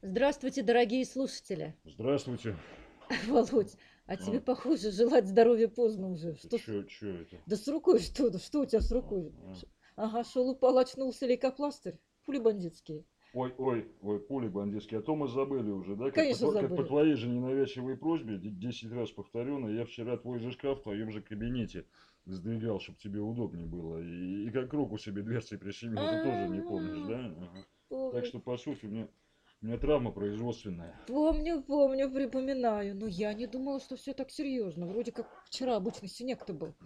Здравствуйте, дорогие слушатели. Здравствуйте. Володь, а тебе, А, похоже, желать здоровья поздно уже. это Что чё это? Да с рукой что? Да что у тебя с рукой? А. Ага, шел, упал, очнулся, лейкопластырь. Пули бандитские. Ой, пули бандитские. А то мы забыли уже, да? Конечно, Как по забыли. твоей же ненавязчивой просьбе, 10 раз повторено, я вчера твой же шкаф в твоем же кабинете сдвигал, чтобы тебе удобнее было. И как руку себе дверцей прищемил, ты тоже не помнишь, Ага, да? Ага. Так помню. что, по сути, у меня травма производственная. Помню, припоминаю. Но я не думала, что все так серьезно. Вроде как вчера обычный синяк-то был.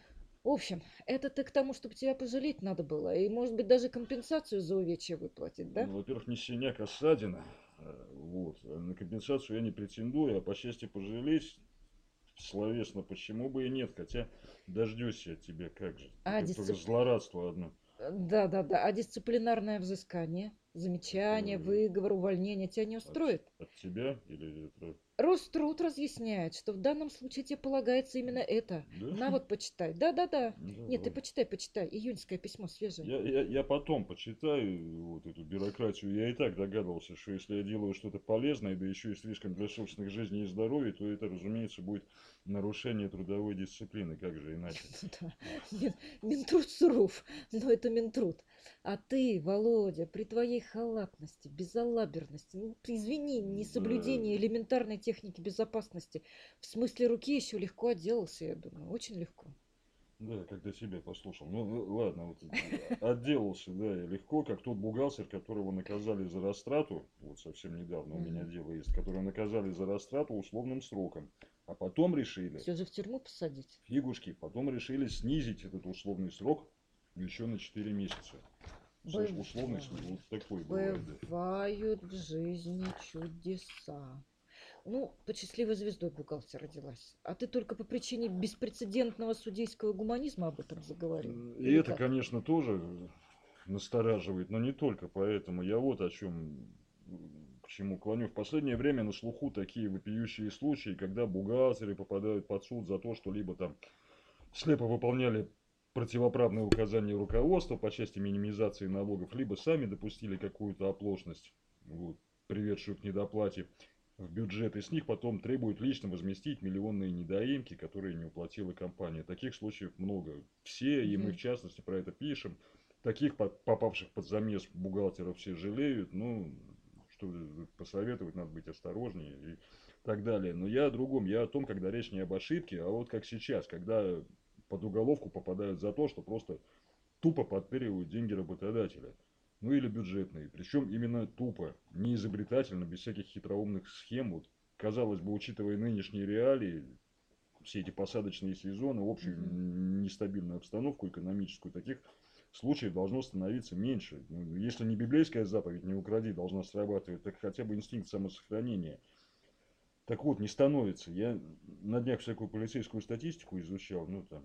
В общем, это ты к тому, чтобы тебя пожалеть надо было. И, может быть, даже компенсацию за увечья выплатить, да? Ну, во-первых, не синяк, а ссадина. Вот. На компенсацию я не претендую, а по счастью пожалеть словесно, почему бы и нет, хотя дождусь я от тебя, как же. А, Только злорадство одно. Да-да-да. А дисциплинарное взыскание, Это замечание, выговор, увольнение тебя не устроит? от тебя или это... Роструд разъясняет, что в данном случае тебе полагается именно это. Да? На вот, почитай. Да-да-да. Да, Нет, ты ладно. почитай, почитай. Июньское письмо свежее. Я потом почитаю вот эту бюрократию. Я и так догадывался, что если я делаю что-то полезное, да еще и с риском для собственных жизней и здоровья, то это, разумеется, будет нарушение трудовой дисциплины. Как же иначе? Да. Минтруд суров, но это Минтруд. А ты, Володя, при твоей халатности, безалаберности, ну, извини, Да, несоблюдении элементарной техники безопасности, в смысле руки еще легко отделался, я думаю, очень легко. да, когда себя послушал. Ну, ладно, вот отделался, да, и легко, как тот бухгалтер, которого наказали за растрату, вот совсем недавно у меня Мгм. дело есть, которого наказали за растрату условным сроком, а потом решили, Все же в тюрьму посадить. фигушки, потом решили снизить этот условный срок еще на 4 месяца. Слышь, условный Бывает. вот такой бывает, да. Бывают в жизни чудеса. Ну, под счастливой звездой бухгалтер родилась. А ты только по причине беспрецедентного судейского гуманизма об этом заговорил? И Или это, как? конечно, тоже настораживает, но не только поэтому. Я вот о чем к чему клоню. В последнее время на слуху такие вопиющие случаи, когда бухгалтеры попадают под суд за то, что либо там слепо выполняли противоправные указания руководства по части минимизации налогов, либо сами допустили какую-то оплошность, вот, приведшую к недоплате в бюджет, и с них потом требуют лично возместить миллионные недоимки, которые не уплатила компания. Таких случаев много. Все, и мы в Мгм. частности про это пишем. Таких попавших под замес бухгалтеров все жалеют. Ну, что посоветовать, надо быть осторожнее и так далее. Но я о другом. Я о том, когда речь не об ошибке, а вот как сейчас, когда под уголовку попадают за то, что просто тупо подперивают деньги работодателя. Ну или бюджетные. Причем именно тупо, не изобретательно, без всяких хитроумных схем. Вот, казалось бы, учитывая нынешние реалии, все эти посадочные сезоны, общую Мгм. нестабильную обстановку экономическую, таких случаев должно становиться меньше. Ну, если не библейская заповедь «не укради» должна срабатывать, так хотя бы инстинкт самосохранения. Так вот, не становится. Я на днях всякую полицейскую статистику изучал, ну там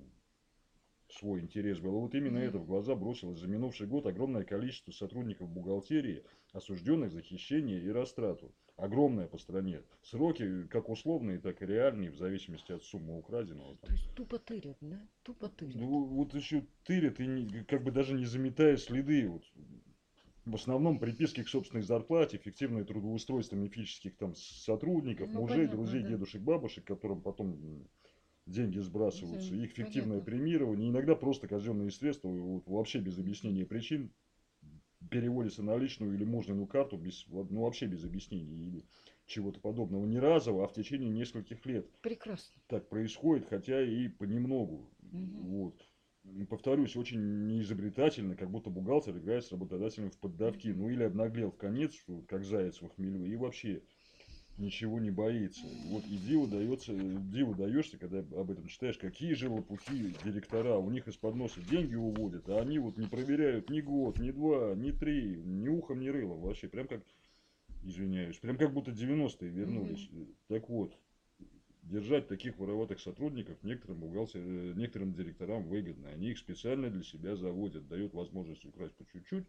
свой интерес был. И вот именно Мгм. это в глаза бросилось. За минувший год огромное количество сотрудников бухгалтерии, осужденных за хищение и растрату. Огромное по стране. Сроки как условные, так и реальные, в зависимости от суммы украденного. Там. То есть тупо тырят, да? Тупо тырят. Ну, вот еще тырят, и как бы даже не заметая следы. Вот. В основном приписки к собственной зарплате, эффективное трудоустройство мифических там сотрудников, Ну, мужей, понятно, друзей, да. дедушек, бабушек, которым потом деньги сбрасываются, Мгм. их фиктивное Понятно. премирование, иногда просто казенные средства, вот, вообще без Мгм. объяснения причин, переводятся на личную или мужнину карту, без, ну, вообще без объяснений или чего-то подобного. Не разово, а в течение нескольких лет Прекрасно. так происходит, хотя и понемногу. Мгм. Вот. Повторюсь, очень неизобретательно, как будто бухгалтер играет с работодателем в поддавки. Мгм. Ну или обнаглел в конец, как заяц в хмелю, и вообще ничего не боится. Вот и диву даешься, когда об этом читаешь, какие же лопухи директора, у них из-под носа деньги уводят, а они вот не проверяют ни год, ни два, ни три, ни ухом, ни рылом вообще, прям как, извиняюсь, прям как будто 90-е Мгм. вернулись. Так вот, держать таких вороватых сотрудников некоторым директорам выгодно. Они их специально для себя заводят, дают возможность украсть по чуть-чуть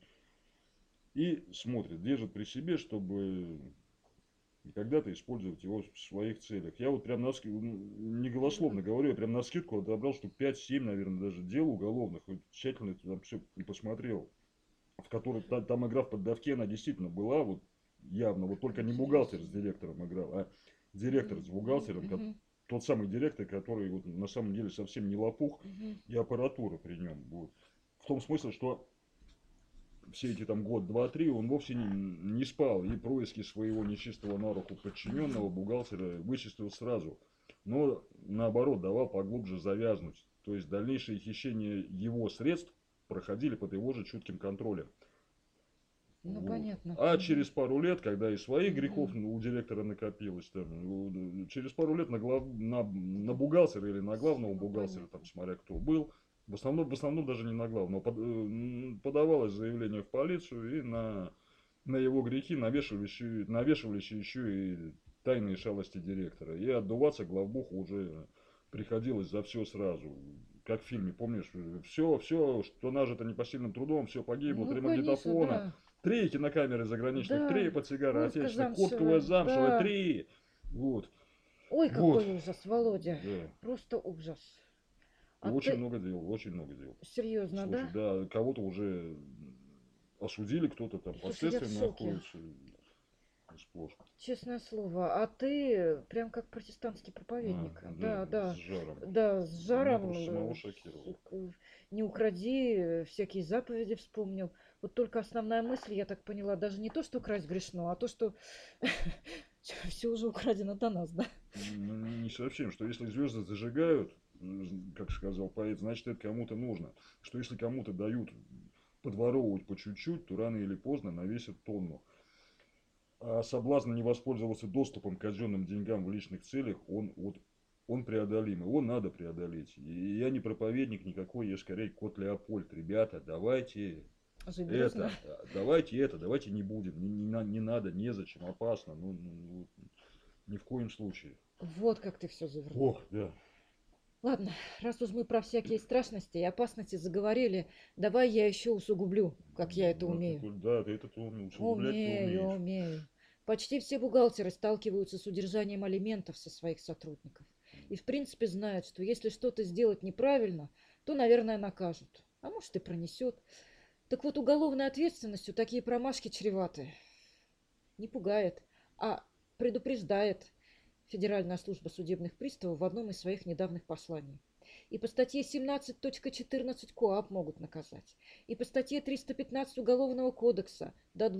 и смотрят, держат при себе, чтобы и когда-то использовать его в своих целях. Я вот прям не голословно говорю, я прям на скидку отобрал штук 5-7, наверное, даже дел уголовных. Вот тщательно это там все и посмотрел. В которой там игра в поддавке, она действительно была. Вот явно. Вот только не Ничего бухгалтер с себе. директором играл, а директор с бухгалтером, Мгм. тот самый директор, который вот на самом деле совсем не лопух, Мгм. и аппаратура при нем. Вот. В том смысле, что все эти там год, два, три он вовсе не спал и происки своего нечистого на руку подчиненного Мгм. бухгалтера вычистил сразу. Но наоборот давал поглубже завязнуть. То есть дальнейшее хищение его средств проходили под его же чутким контролем. Ну, Вот. понятно. А Мгм. через пару лет, когда и своих грехов Мгм. у директора накопилось, там, через пару лет на бухгалтера или на главного Ну, бухгалтера, там, понятно. смотря кто был, в основном даже не на главного, подавалось заявление в полицию, и на его грехи навешивались еще и тайные шалости директора. И отдуваться главбуху уже приходилось за все сразу. Как в фильме, помнишь, все, что нажито непосильным трудом, все погибло, Ну, 3 конечно, магнитофона, да. 3 кинокамеры заграничных, 3 Да. портсигара Куртка отечественных, куртковая замшевая. замшевая, Да. 3. Вот. Ой, Вот. какой ужас, Володя. Да. Просто ужас. И А очень ты много дел, очень много дел. серьезно, Слушай, да? да, кого-то уже осудили, кто-то там под Слушай, я в следствием шоке. находится. Сплошь. Честное слово. А ты прям как протестантский А, проповедник. да, Да, с да. жаром. Да, с Меня жаром. просто самого шокировало. Не укради, всякие заповеди вспомнил. Вот только основная мысль, я так поняла, даже не то, что красть грешно, а то, что все уже украдено до нас, да? Ну, не совсем, что если звезды зажигают, как сказал поэт, значит это кому-то нужно. Что если кому-то дают подворовывать по чуть-чуть, то рано или поздно навесят тонну. А соблазн не воспользоваться доступом к казенным деньгам в личных целях, он преодолим, его надо преодолеть. И я не проповедник никакой, я скорее кот Леопольд. Ребята, Жить дружно. давайте не будем, не надо, незачем, опасно, ни в коем случае. Вот как ты все завернул. Ох, да. Ладно, раз уж мы про всякие страшности и опасности заговорили, давай я еще усугублю, как я это умею. Да, ты это усугублять ты Умею, умеешь. умею. Почти все бухгалтеры сталкиваются с удержанием алиментов со своих сотрудников. И в принципе знают, что если что-то сделать неправильно, то, наверное, накажут. А может и пронесет. Так вот, уголовной ответственностью такие промашки чреваты. Не пугает, а предупреждает Федеральная служба судебных приставов в одном из своих недавних посланий. И по статье 17.14 КоАП могут наказать. И по статье 315 Уголовного кодекса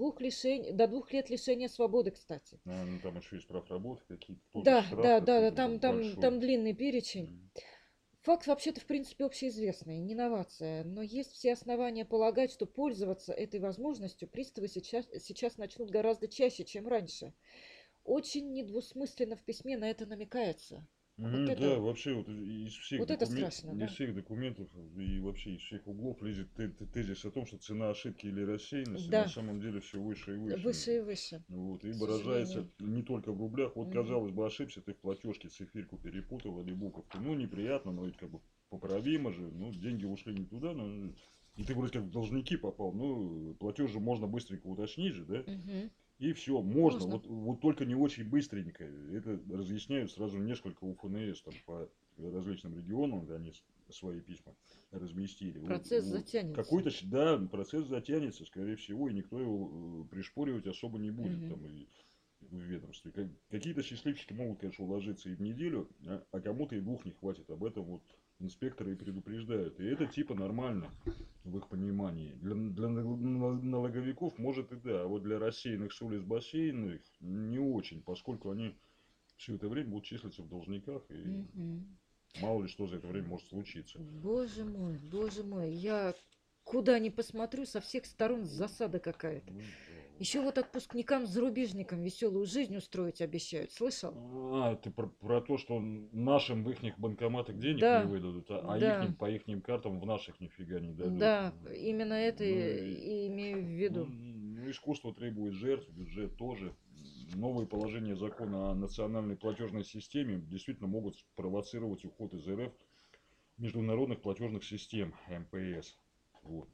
до 2 лет лишения свободы, кстати. Ну, там еще есть прав работы какие-то, тоже Да, штраф да, да, такой да, там большой. длинный перечень. М. Факт вообще-то, в принципе, общеизвестный, не новация, но есть все основания полагать, что пользоваться этой возможностью приставы сейчас начнут гораздо чаще, чем раньше. Очень недвусмысленно в письме на это намекается. А Мгм, да, вообще вот вот это страшно, из да? всех документов и вообще из всех углов лезет тезис о том, что цена ошибки или рассеянности на Да, самом деле все выше и выше. выше и выше, Вот, и к выражается сожалению. не только в рублях. Вот, Мгм. казалось бы, ошибся ты в платежке, циферку перепутал или буковку. Ну, неприятно, но ведь как бы поправимо же. Ну, деньги ушли не туда, но... И ты вроде как в должники попал. Ну, платеж же можно быстренько уточнить же, да? Мгм. И все, можно. Можно. Вот только не очень быстренько. Это разъясняют сразу несколько УФНС там, по различным регионам, где они свои письма разместили. Процесс затянется. Какой-то, да, процесс затянется, скорее всего, и никто его пришпоривать особо не будет Мгм. там и в ведомстве. Какие-то счастливчики могут, конечно, уложиться и в неделю, а кому-то и двух не хватит. Об этом вот инспекторы и предупреждают. И это типа нормально в их понимании. Для налоговиков может и да, а вот для рассеянных с улиц бассейнов не очень, поскольку они все это время будут числиться в должниках, и Мгм. мало ли что за это время может случиться. Боже мой, я куда ни посмотрю, со всех сторон засада какая-то. Ну, да. Еще вот отпускникам-зарубежникам веселую жизнь устроить обещают. Слышал? А, ты про то, что нашим в их банкоматах денег не Да, выдадут, а да, по ихним картам в наших нифига не дадут. да, именно это Ну, и имею в виду. искусство требует жертв, бюджет тоже. Новые положения закона о национальной платежной системе действительно могут спровоцировать уход из РФ международных платежных систем МПС. Вот.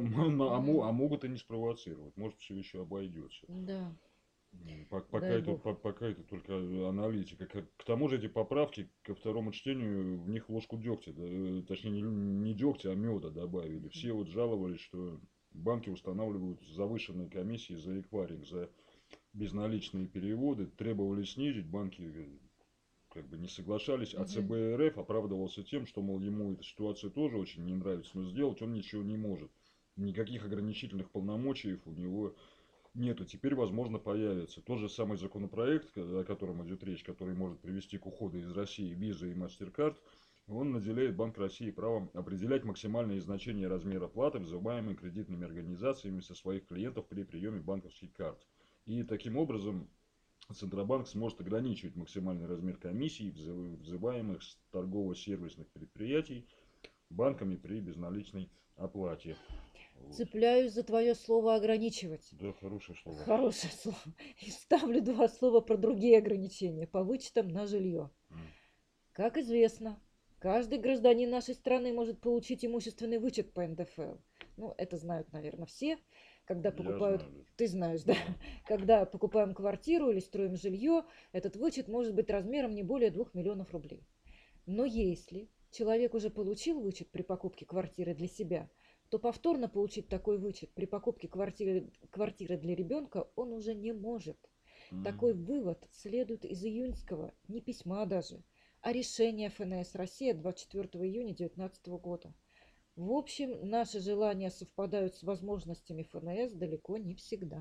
А Мгм. могут и не спровоцировать. Может, все еще обойдется. Да, дай Пока бог. пока это только аналитика. К тому же эти поправки ко второму чтению в них ложку дегтя, да, точнее не дегтя, а меда добавили. Мгм. Все вот жаловались, что банки устанавливают завышенные комиссии за эквайринг, за безналичные переводы требовали снизить, банки как бы не соглашались, а Мгм. ЦБ РФ оправдывался тем, что, мол, ему эта ситуация тоже очень не нравится, но сделать он ничего не может. Никаких ограничительных полномочий у него нету. Теперь, возможно, появится. Тот же самый законопроект, о котором идет речь, который может привести к уходу из России Visa и MasterCard, он наделяет Банк России правом определять максимальные значения размера платы, взимаемой кредитными организациями со своих клиентов при приеме банковских карт. И таким образом Центробанк сможет ограничивать максимальный размер комиссий, взываемых с торгово-сервисных предприятий банками при безналичной оплате. Вот. Цепляюсь за твое слово ограничивать. Да, хорошее слово. Хорошее слово. И ставлю два слова про другие ограничения по вычетам на жилье. Как известно, каждый гражданин нашей страны может получить имущественный вычет по НДФЛ. Ну, это знают, наверное, все. Когда Я покупают, знаю. ты знаешь, да? Да. Когда покупаем квартиру или строим жилье, этот вычет может быть размером не более 2 миллионов рублей. Но если человек уже получил вычет при покупке квартиры для себя, то повторно получить такой вычет при покупке квартиры для ребенка он уже не может. Такой вывод следует из июньского, не письма даже, а решения ФНС России 24 июня 2019 года. В общем, наши желания совпадают с возможностями ФНС далеко не всегда.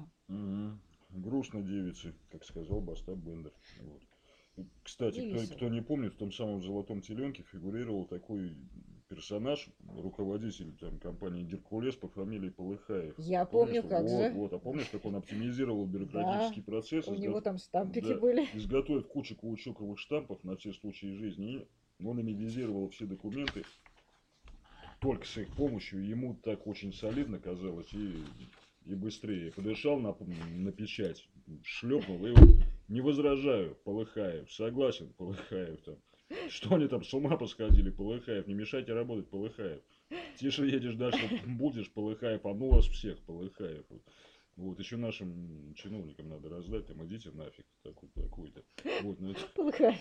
Грустно девицы, как сказал Бастап Бендер. Вот. Кстати, Не весело. кто не помнит, в том самом «Золотом теленке» фигурировал такой персонаж, руководитель там, компании «Геркулес» по фамилии Полыхаев. Я Помнишь, помню, что? как Вот, же. вот. А помнишь, как он оптимизировал Да, бюрократический процесс, у него там штампики да, были. изготовив кучу каучуковых штампов на все случаи жизни, и он ими визировал все документы. Только с их помощью ему так очень солидно казалось и быстрее. Подышал на печать, шлепнул и вот не возражаю, Полыхаев, согласен, Полыхаев там. Что они там с ума посходили, Полыхаев, не мешайте работать, Полыхаев. Тише едешь, дальше будешь, Полыхаев, а ну вас всех, Полыхаев. Вот, еще нашим чиновникам надо раздать, там, идите нафиг, такой-то. Вот, ну, это, Полыхаев.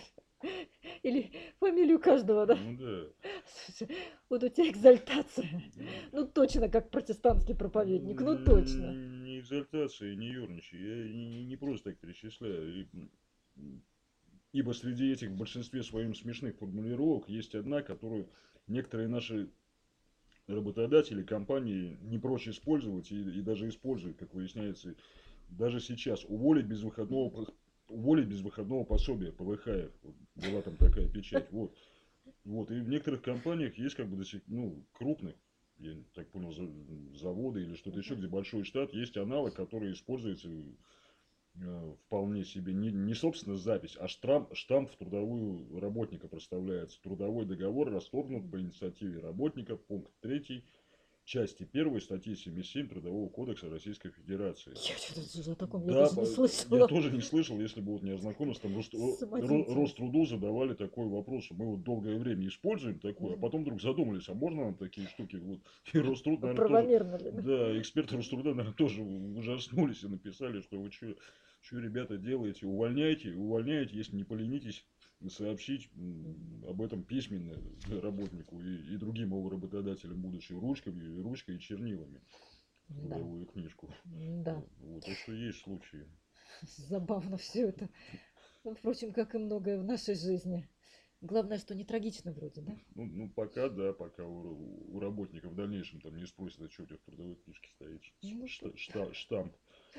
Или фамилию каждого, да? ну да. Слушай, вот у тебя экзальтация. Ну точно, как протестантский проповедник, ну точно. Не экзальтация, не ерничай. Я не просто так перечисляю. Ибо среди этих в большинстве своем смешных формулировок есть одна, которую некоторые наши работодатели, компании не прочь использовать и даже используют, как выясняется, даже сейчас. Уволить без выходного пособия, ПВХ. Была там такая печать. Вот. Вот. И в некоторых компаниях есть как бы ну, крупных, я так понял, заводы или что-то еще, где большой штат, есть аналог, который используется вполне себе не собственно запись, а штамп в трудовую работника проставляется. Трудовой договор расторгнут по инициативе работника, пункт 3 части 1 статьи 77 Трудового кодекса Российской Федерации. Я что-то о таком я Да, даже не я слышала. тоже не слышал, если бы вот не ознакомился, там Самодеятельность. Роструду задавали такой вопрос, что мы вот долгое время используем такое, а потом вдруг задумались, а можно нам такие штуки? Вот. И Роструд, наверное, тоже, Правомерно ли? да, эксперты Роструда, наверное, тоже ужаснулись и написали, что вы что, ребята, делаете? Увольняете, если не поленитесь сообщить об этом письменно работнику и другим его работодателям будущим ручкой и чернилами Да, трудовую книжку. да. Вот, так что есть случаи. Забавно все это. Ну, впрочем, как и многое в нашей жизни. Главное, что не трагично вроде, да? Ну, пока, да, пока у работников в дальнейшем там не спросят, а что у тебя в трудовой книжке стоит. Ну, Штамп.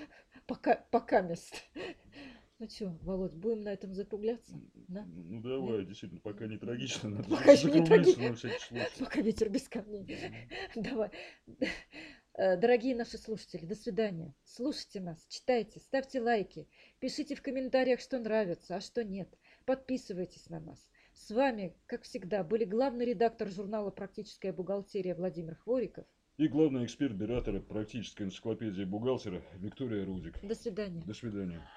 пока мест. Ну что, Володь, будем на этом закругляться? Да? Ну, давай, действительно, пока не трагично, надо Пока еще не закруглиться трагично. на всякий случай. Пока ветер без камней. Давай. Дорогие наши слушатели, до свидания. Слушайте нас, читайте, ставьте лайки, пишите в комментариях, что нравится, а что нет. Подписывайтесь на нас. С вами, как всегда, были главный редактор журнала «Практическая бухгалтерия» Владимир Хвориков. И главный эксперт, биратора практической энциклопедии бухгалтера Виктория Рудик. До свидания. До свидания.